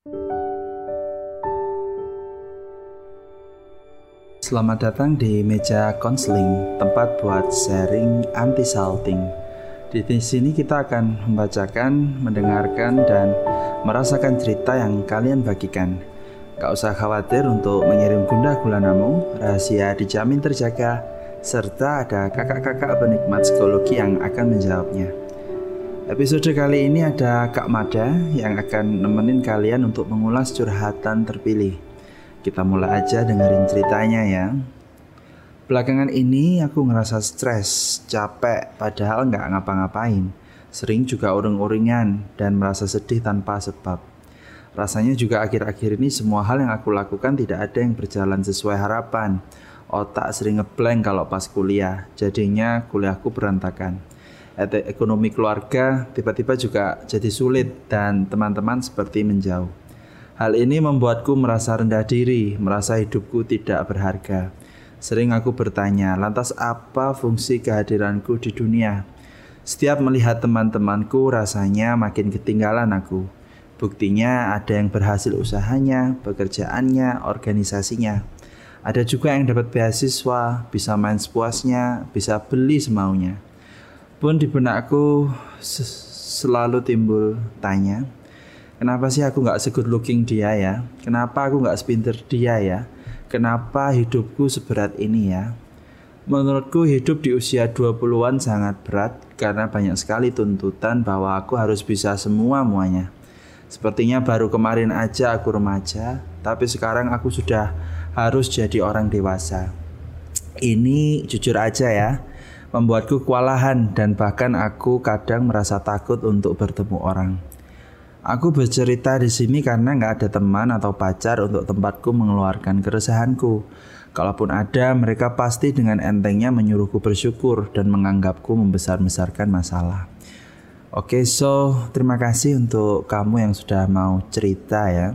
Selamat datang di meja konseling, tempat buat sharing anti-salting. Di sini kita akan membacakan, mendengarkan, dan merasakan cerita yang kalian bagikan. Gak usah khawatir untuk mengirim gundah gulanamu, rahasia dijamin terjaga, serta ada kakak-kakak penikmat psikologi yang akan menjawabnya. Episode kali ini ada Kak Mada yang akan nemenin kalian untuk mengulas curhatan terpilih. Kita mulai aja dengerin ceritanya ya. Belakangan ini aku ngerasa stres, capek, padahal gak ngapa-ngapain. Sering juga uring-uringan dan merasa sedih tanpa sebab. Rasanya juga akhir-akhir ini semua hal yang aku lakukan tidak ada yang berjalan sesuai harapan. Otak sering ngeblank kalau pas kuliah, jadinya kuliahku berantakan. Ekonomi keluarga tiba-tiba juga jadi sulit dan teman-teman seperti menjauh. Hal ini membuatku merasa rendah diri, merasa hidupku tidak berharga. Sering aku bertanya, lantas apa fungsi kehadiranku di dunia? Setiap melihat teman-temanku rasanya makin ketinggalan aku. Buktinya ada yang berhasil usahanya, pekerjaannya, organisasinya. Ada juga yang dapat beasiswa, bisa main sepuasnya, bisa beli semaunya. Pun di benakku selalu timbul tanya, kenapa sih aku gak se-good looking dia ya? Kenapa aku gak sepinter dia ya? Kenapa hidupku seberat ini ya? Menurutku hidup di usia 20-an sangat berat karena banyak sekali tuntutan bahwa aku harus bisa semuanya. Sepertinya baru kemarin aja aku remaja, tapi sekarang aku sudah harus jadi orang dewasa. Ini jujur aja ya, membuatku kewalahan dan bahkan aku kadang merasa takut untuk bertemu orang. Aku bercerita di sini karena nggak ada teman atau pacar untuk tempatku mengeluarkan keresahanku. Kalaupun ada, mereka pasti dengan entengnya menyuruhku bersyukur dan menganggapku membesar-besarkan masalah. Oke, terima kasih untuk kamu yang sudah mau cerita ya.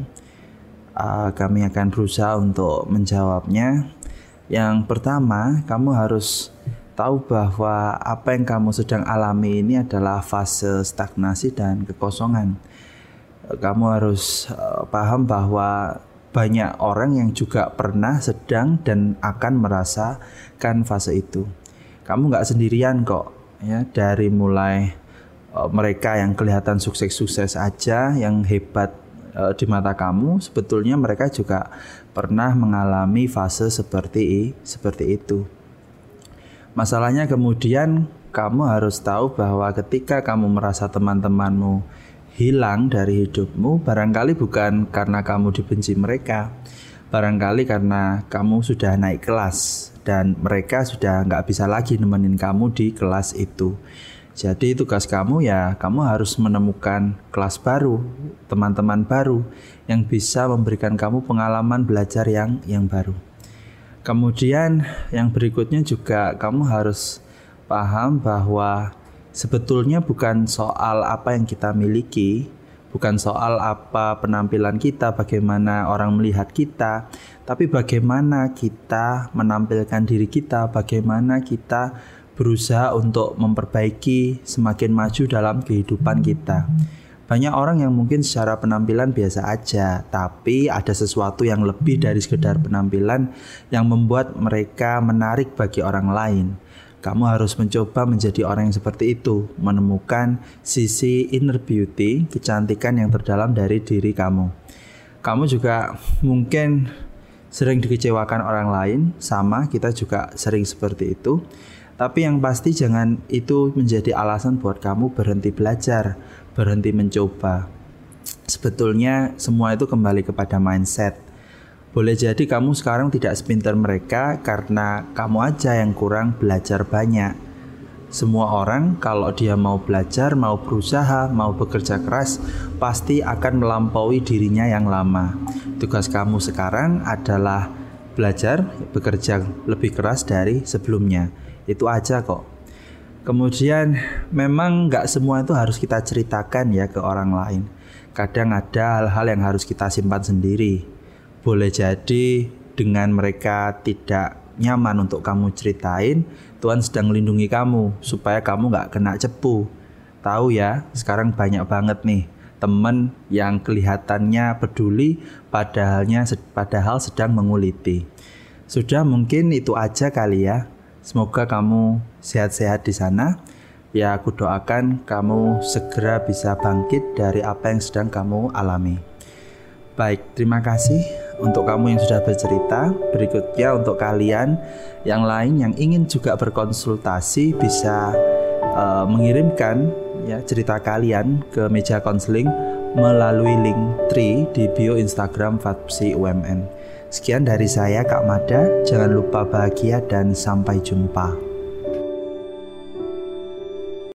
Kami akan berusaha untuk menjawabnya. Yang pertama, kamu harus tahu bahwa apa yang kamu sedang alami ini adalah fase stagnasi dan kekosongan. Kamu harus paham bahwa banyak orang yang juga pernah, sedang, dan akan merasakan fase itu. Kamu gak sendirian kok ya. Dari mulai mereka yang kelihatan sukses-sukses aja, yang hebat di mata kamu, sebetulnya mereka juga pernah mengalami fase seperti itu. Masalahnya kemudian kamu harus tahu bahwa ketika kamu merasa teman-temanmu hilang dari hidupmu, barangkali bukan karena kamu dibenci mereka, barangkali karena kamu sudah naik kelas dan mereka sudah nggak bisa lagi nemenin kamu di kelas itu. Jadi tugas kamu ya, kamu harus menemukan kelas baru, teman-teman baru yang bisa memberikan kamu pengalaman belajar yang baru. Kemudian yang berikutnya juga kamu harus paham bahwa sebetulnya bukan soal apa yang kita miliki, bukan soal apa penampilan kita, bagaimana orang melihat kita, tapi bagaimana kita menampilkan diri kita, bagaimana kita berusaha untuk memperbaiki semakin maju dalam kehidupan kita. Banyak orang yang mungkin secara penampilan biasa aja, tapi ada sesuatu yang lebih dari sekedar penampilan yang membuat mereka menarik bagi orang lain. Kamu harus mencoba menjadi orang yang seperti itu, menemukan sisi inner beauty, kecantikan yang terdalam dari diri kamu. Kamu juga mungkin sering dikecewakan orang lain, sama kita juga sering seperti itu. Tapi yang pasti jangan itu menjadi alasan buat kamu berhenti belajar, berhenti mencoba. Sebetulnya semua itu kembali kepada mindset. Boleh jadi kamu sekarang tidak sepintar mereka karena kamu aja yang kurang belajar banyak. Semua orang kalau dia mau belajar, mau berusaha, mau bekerja keras, pasti akan melampaui dirinya yang lama. Tugas kamu sekarang adalah belajar, bekerja lebih keras dari sebelumnya. Itu aja kok. Kemudian memang gak semua itu harus kita ceritakan ya ke orang lain. Kadang ada hal-hal yang harus kita simpan sendiri. Boleh jadi dengan mereka tidak nyaman untuk kamu ceritain, Tuhan sedang melindungi kamu supaya kamu gak kena cepu. Tahu ya, sekarang banyak banget nih teman yang kelihatannya peduli padahal sedang menguliti. Sudah, mungkin itu aja kali ya. Semoga kamu sehat-sehat di sana. Ya, aku doakan kamu segera bisa bangkit dari apa yang sedang kamu alami. Baik, terima kasih untuk kamu yang sudah bercerita. Berikutnya untuk kalian yang lain yang ingin juga berkonsultasi bisa mengirimkan ya cerita kalian ke meja konseling melalui link Tree di bio Instagram Fatpsi UMN. Sekian dari saya Kak Mada, jangan lupa bahagia dan sampai jumpa.